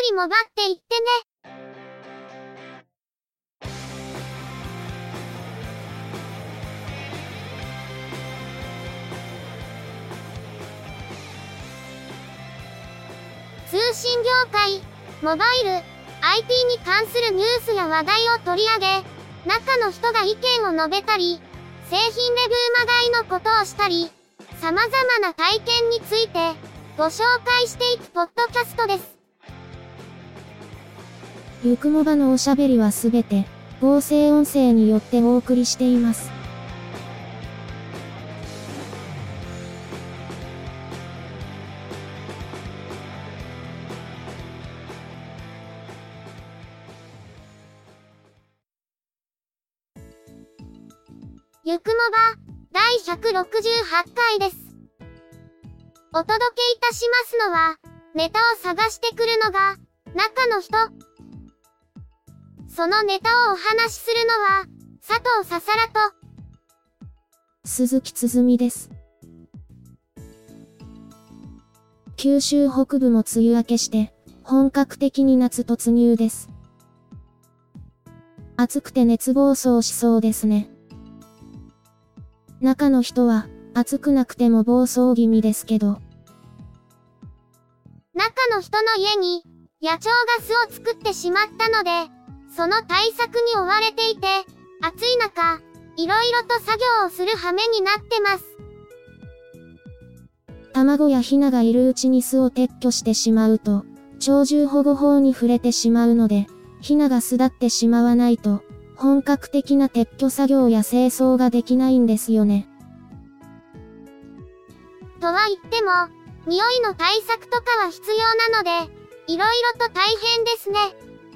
りもばっていってね。通信業界、モバイル、IT に関するニュースや話題を取り上げ、中の人が意見を述べたり、製品レビューまがいのことをしたり、様々な体験についてご紹介していくポッドキャストです。 ゆくもばのおしゃべりはすべて合成音声によってお送りしています。 ゆくもば第168回です。お届けいたしますのは、ネタを探してくるのが中の人。そのネタをお話しするのは佐藤ささらと鈴木つづみです。九州北部も梅雨明けして本格的に夏突入です。暑くて熱暴走しそうですね。中の人は暑くなくても暴走気味ですけど、 中の人の家に野鳥が巣を作ってしまったので、その対策に追われていて、暑い中、いろいろと作業をする羽目になってます。 卵やヒナがいるうちに巣を撤去してしまうと、鳥獣保護法に触れてしまうので、ヒナが巣立ってしまわないと、本格的な撤去作業や清掃ができないんですよね。 とは言っても、匂いの対策とかは必要なので、いろいろと大変ですね。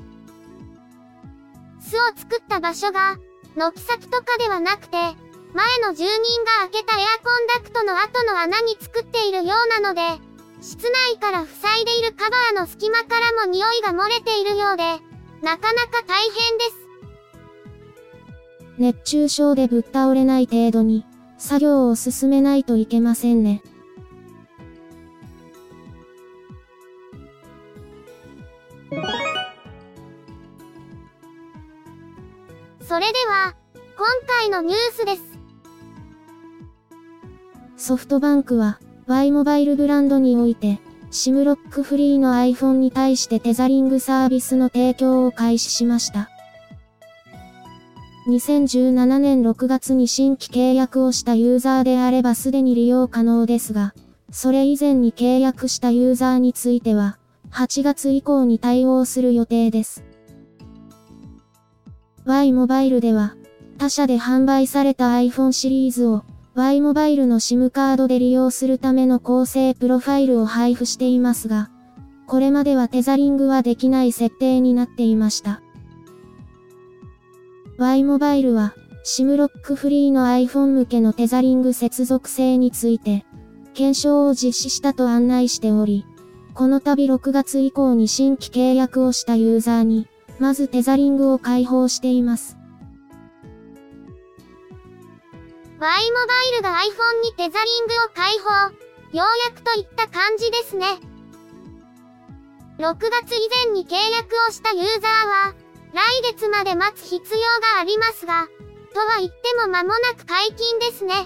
巣を作った場所が、軒先とかではなくて、前の住人が開けたエアコンダクトの後の穴に作っているようなので、室内から塞いでいるカバーの隙間からも匂いが漏れているようで、なかなか大変です。 熱中症でぶっ倒れない程度に、作業を進めないといけませんね。 それでは、今回のニュースです。 ソフトバンクは、Y モバイルブランドにおいて、SIM ロックフリーの iPhone に対してテザリングサービスの提供を開始しました。2017年6月に新規契約をしたユーザーであればすでに利用可能ですが、それ以前に契約したユーザーについては、8月以降に対応する予定です。Y モバイルでは、他社で販売された iPhone シリーズを、Y モバイルの SIM カードで利用するための構成プロファイルを配布していますが、これまではテザリングはできない設定になっていました。Y モバイルは、SIM ロックフリーの iPhone 向けのテザリング接続性について、検証を実施したと案内しており、この度6月以降に新規契約をしたユーザーに、まずテザリングを開放しています。 Y モバイルが iPhone にテザリングを開放、ようやくといった感じですね。6月以前に契約をしたユーザーは、来月まで待つ必要がありますが、とは言っても間もなく解禁ですね。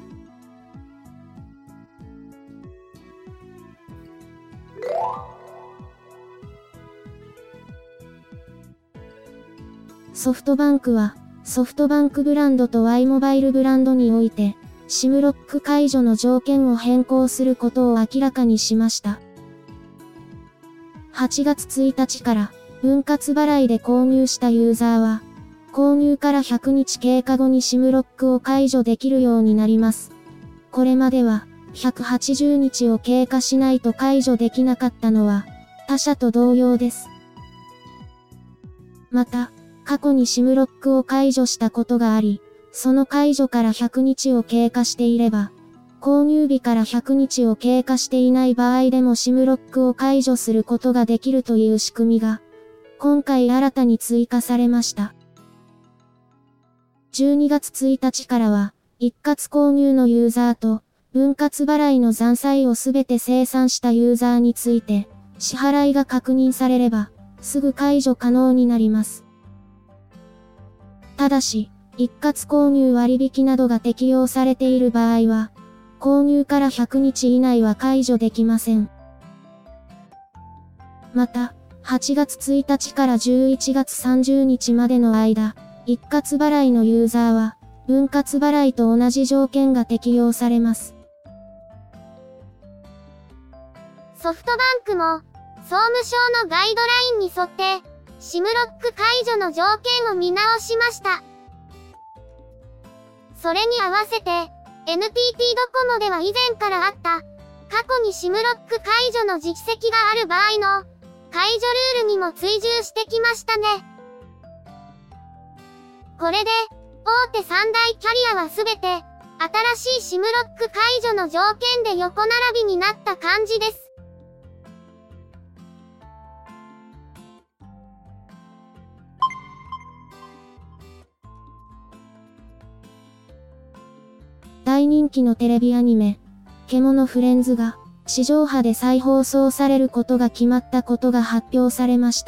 ソフトバンクは、ソフトバンクブランドと Y モバイルブランドにおいて、SIM ロック解除の条件を変更することを明らかにしました。8月1日から、分割払いで購入したユーザーは、購入から100日経過後に SIM ロックを解除できるようになります。これまでは、180日を経過しないと解除できなかったのは、他社と同様です。また、過去に SIM ロックを解除したことがあり、その解除から100日を経過していれば、購入日から100日を経過していない場合でも SIM ロックを解除することができるという仕組みが、今回新たに追加されました。12月1日からは、一括購入のユーザーと、分割払いの残債をすべて清算したユーザーについて、 支払いが確認されれば、すぐ解除可能になります。ただし、一括購入割引などが適用されている場合は、購入から100日以内は解除できません。また、8月1日から11月30日までの間、一括払いのユーザーは、分割払いと同じ条件が適用されます。 ソフトバンクも、総務省のガイドラインに沿って、SIM ロック解除の条件を見直しました。それに合わせて、NTT ドコモでは以前からあった、過去にSIM ロック解除の実績がある場合の、解除ルールにも追従してきましたね。これで、大手三大キャリアはすべて、新しいSIM ロック解除の条件で横並びになった感じです。 大人気のテレビアニメ、けものフレンズが、地上波で再放送されることが決まったことが発表されました。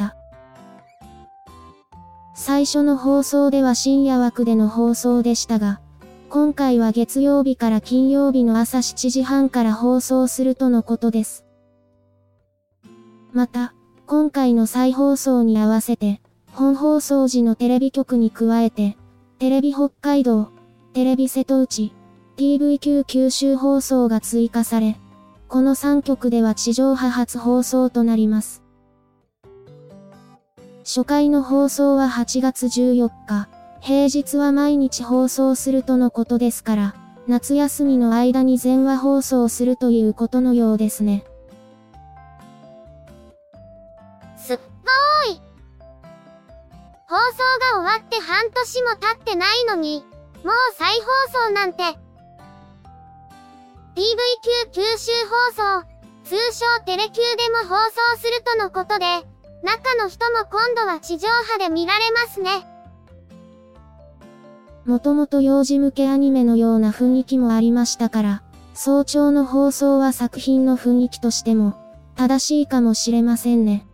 最初の放送では深夜枠での放送でしたが、今回は月曜日から金曜日の朝7時半から放送するとのことです。また、今回の再放送に合わせて、本放送時のテレビ局に加えて、テレビ北海道、テレビ瀬戸内、TVQ 九州放送が追加され、この3局では地上波初放送となります。初回の放送は8月14日、平日は毎日放送するとのことですから、夏休みの間に全話放送するということのようですね。 すっごい。放送が終わって半年も経ってないのに、もう再放送なんて。TVQ 九州放送、通称テレキューでも放送するとのことで、中の人も今度は地上波で見られますね。 もともと幼児向けアニメのような雰囲気もありましたから、早朝の放送は作品の雰囲気としても、正しいかもしれませんね。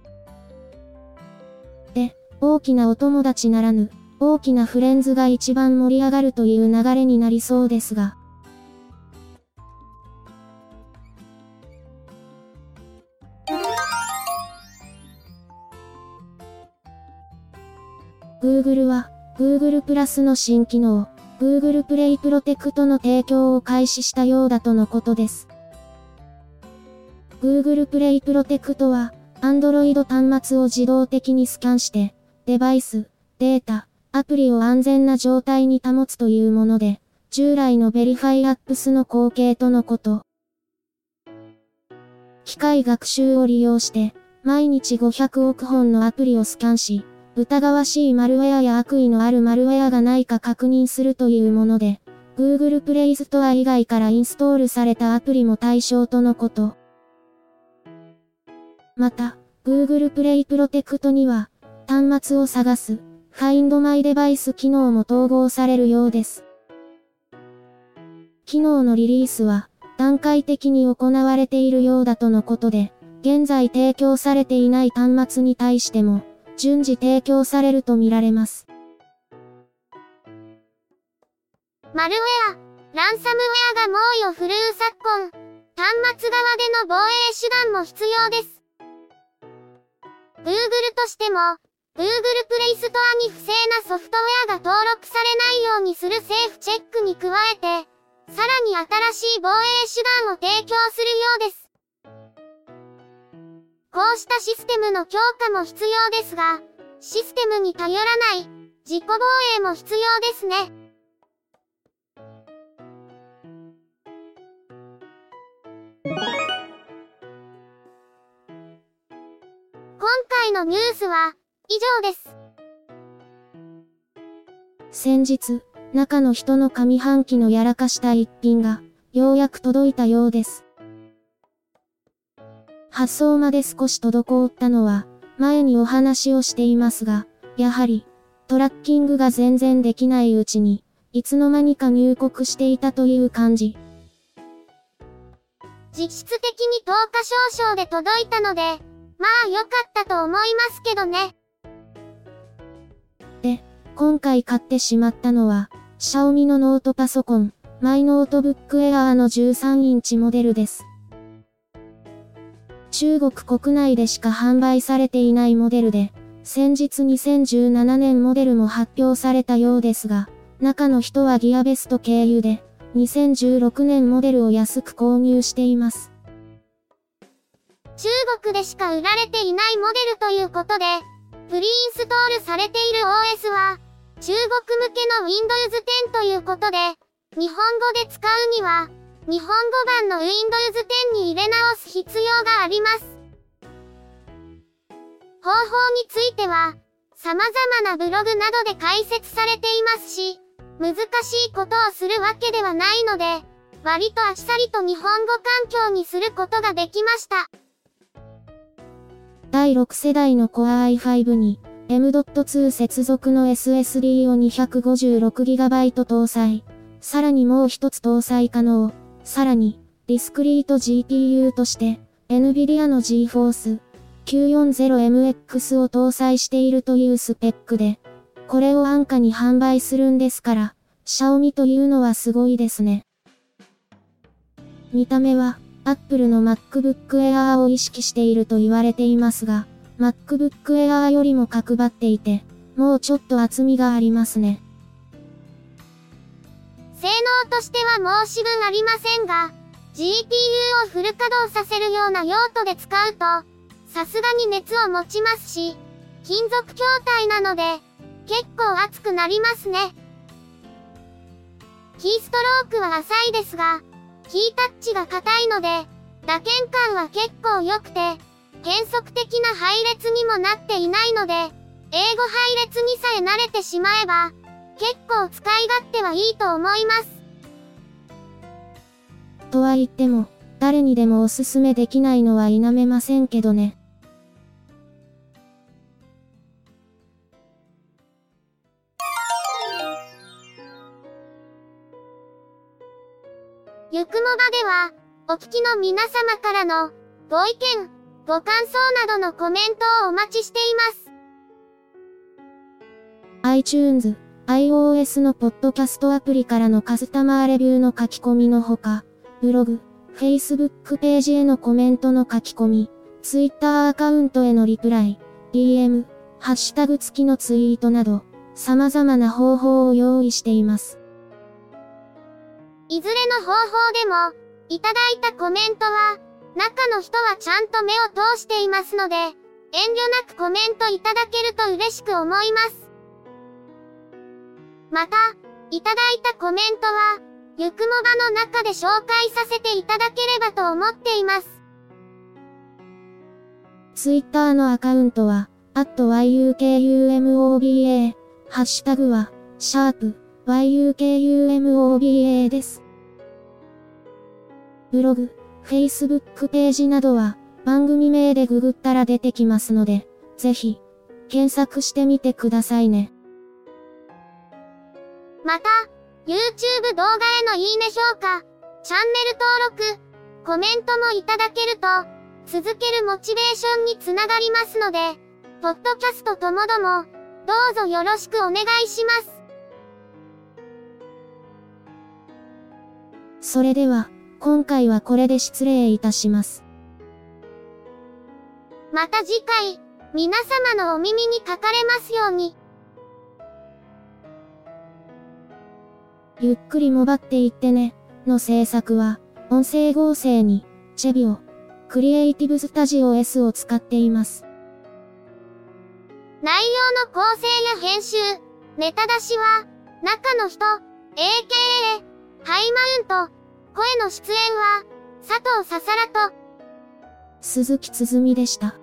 で、大きなお友達ならぬ、大きなフレンズが一番盛り上がるという流れになりそうですが。Google は、Google プラスの新機能、Google プレイプロテクトの提供を開始したようだとのことです。Google プレイプロテクトは、Android 端末を自動的にスキャンして、デバイス、データ、アプリを安全な状態に保つというもので、従来のベリファイアップスの後継とのこと。機械学習を利用して、毎日500億本のアプリをスキャンし、疑わしいマルウェアや悪意のあるマルウェアがないか確認するというもので、Google プレイストア以外からインストールされたアプリも対象とのこと。また、Google プレイプロテクトには、端末を探す、Find My Device 機能も統合されるようです。機能のリリースは、段階的に行われているようだとのことで、現在提供されていない端末に対しても、順次提供されるとみられます。 マルウェア、ランサムウェアが猛威を振るう昨今、端末側での防衛手段も必要です。Google としても、Google プレイストアに不正なソフトウェアが登録されないようにするセーフチェックに加えて、さらに新しい防衛手段を提供するようです。こうしたシステムの強化も必要ですが、システムに頼らない自己防衛も必要ですね。今回のニュースは以上です。 先日、中の人の上半期のやらかした一品が、ようやく届いたようです。発送まで少し滞ったのは、前にお話をしていますが、やはり、トラッキングが全然できないうちに、いつの間にか入国していたという感じ。 実質的に10日少々で届いたので、 まあ良かったと思いますけどね。 で、今回買ってしまったのは、シャオミのノートパソコン、マイノートブックエアーの13インチモデルです。中国国内でしか販売されていないモデルで、先日2017年モデルも発表されたようですが、中の人はギアベスト経由で、2016年モデルを安く購入しています。 中国でしか売られていないモデルということで、プリインストールされている OS は、中国向けの Windows 10ということで、日本語で使うには、日本語版の Windows 10に入れ直す必要があります。方法については、様々なブログなどで解説されていますし、難しいことをするわけではないので、割とあっさりと日本語環境にすることができました。 第6世代の Core i5 に M.2 接続の SSD を 256GB 搭載。さらにもう一つ搭載可能。さらに、ディスクリート GPU として、NVIDIA の GeForce940MX を搭載しているというスペックで、これを安価に販売するんですから、シャオミというのはすごいですね。見た目は、Apple の MacBook Air を意識していると言われていますが、MacBook Air よりも角張っていて、もうちょっと厚みがありますね。 性能としては申し分ありませんが、GPU をフル稼働させるような用途で使うと、さすがに熱を持ちますし、金属筐体なので、結構熱くなりますね。キーストロークは浅いですが、キータッチが硬いので、打鍵感は結構良くて、変則的な配列にもなっていないので、英語配列にさえ慣れてしまえば、結構使い勝手はいいと思います。 とは言っても、誰にでもおすすめできないのは否めませんけどね。 ゆくもばでは、お聞きの皆様からのご意見、ご感想などのコメントをお待ちしています。 iTunes、iOS のポッドキャストアプリからのカスタマーレビューの書き込みのほか、ブログ、Facebook ページへのコメントの書き込み、Twitter アカウントへのリプライ、DM、ハッシュタグ付きのツイートなど、様々な方法を用意しています。 いずれの方法でも、いただいたコメントは、中の人はちゃんと目を通していますので、遠慮なくコメントいただけると嬉しく思います。また、いただいたコメントは、ゆくもばの中で紹介させていただければと思っています。 Twitter のアカウントは、@yukumoba、ハッシュタグは、#yukumoba です。ブログ、Facebook ページなどは、番組名でググったら出てきますので、ぜひ、検索してみてくださいね。 また、YouTube 動画へのいいね評価、チャンネル登録、コメントもいただけると、続けるモチベーションにつながりますので、ポッドキャストともども、どうぞよろしくお願いします。 それでは、今回はこれで失礼いたします。 また次回、皆様のお耳にかかれますように。 ゆっくりもばっていってね、の制作は、音声合成に、チェビオ、クリエイティブスタジオ S を使っています。 内容の構成や編集、ネタ出しは、中の人、AKA、ハイマウント、声の出演は、佐藤ささらと、 鈴木つづみでした。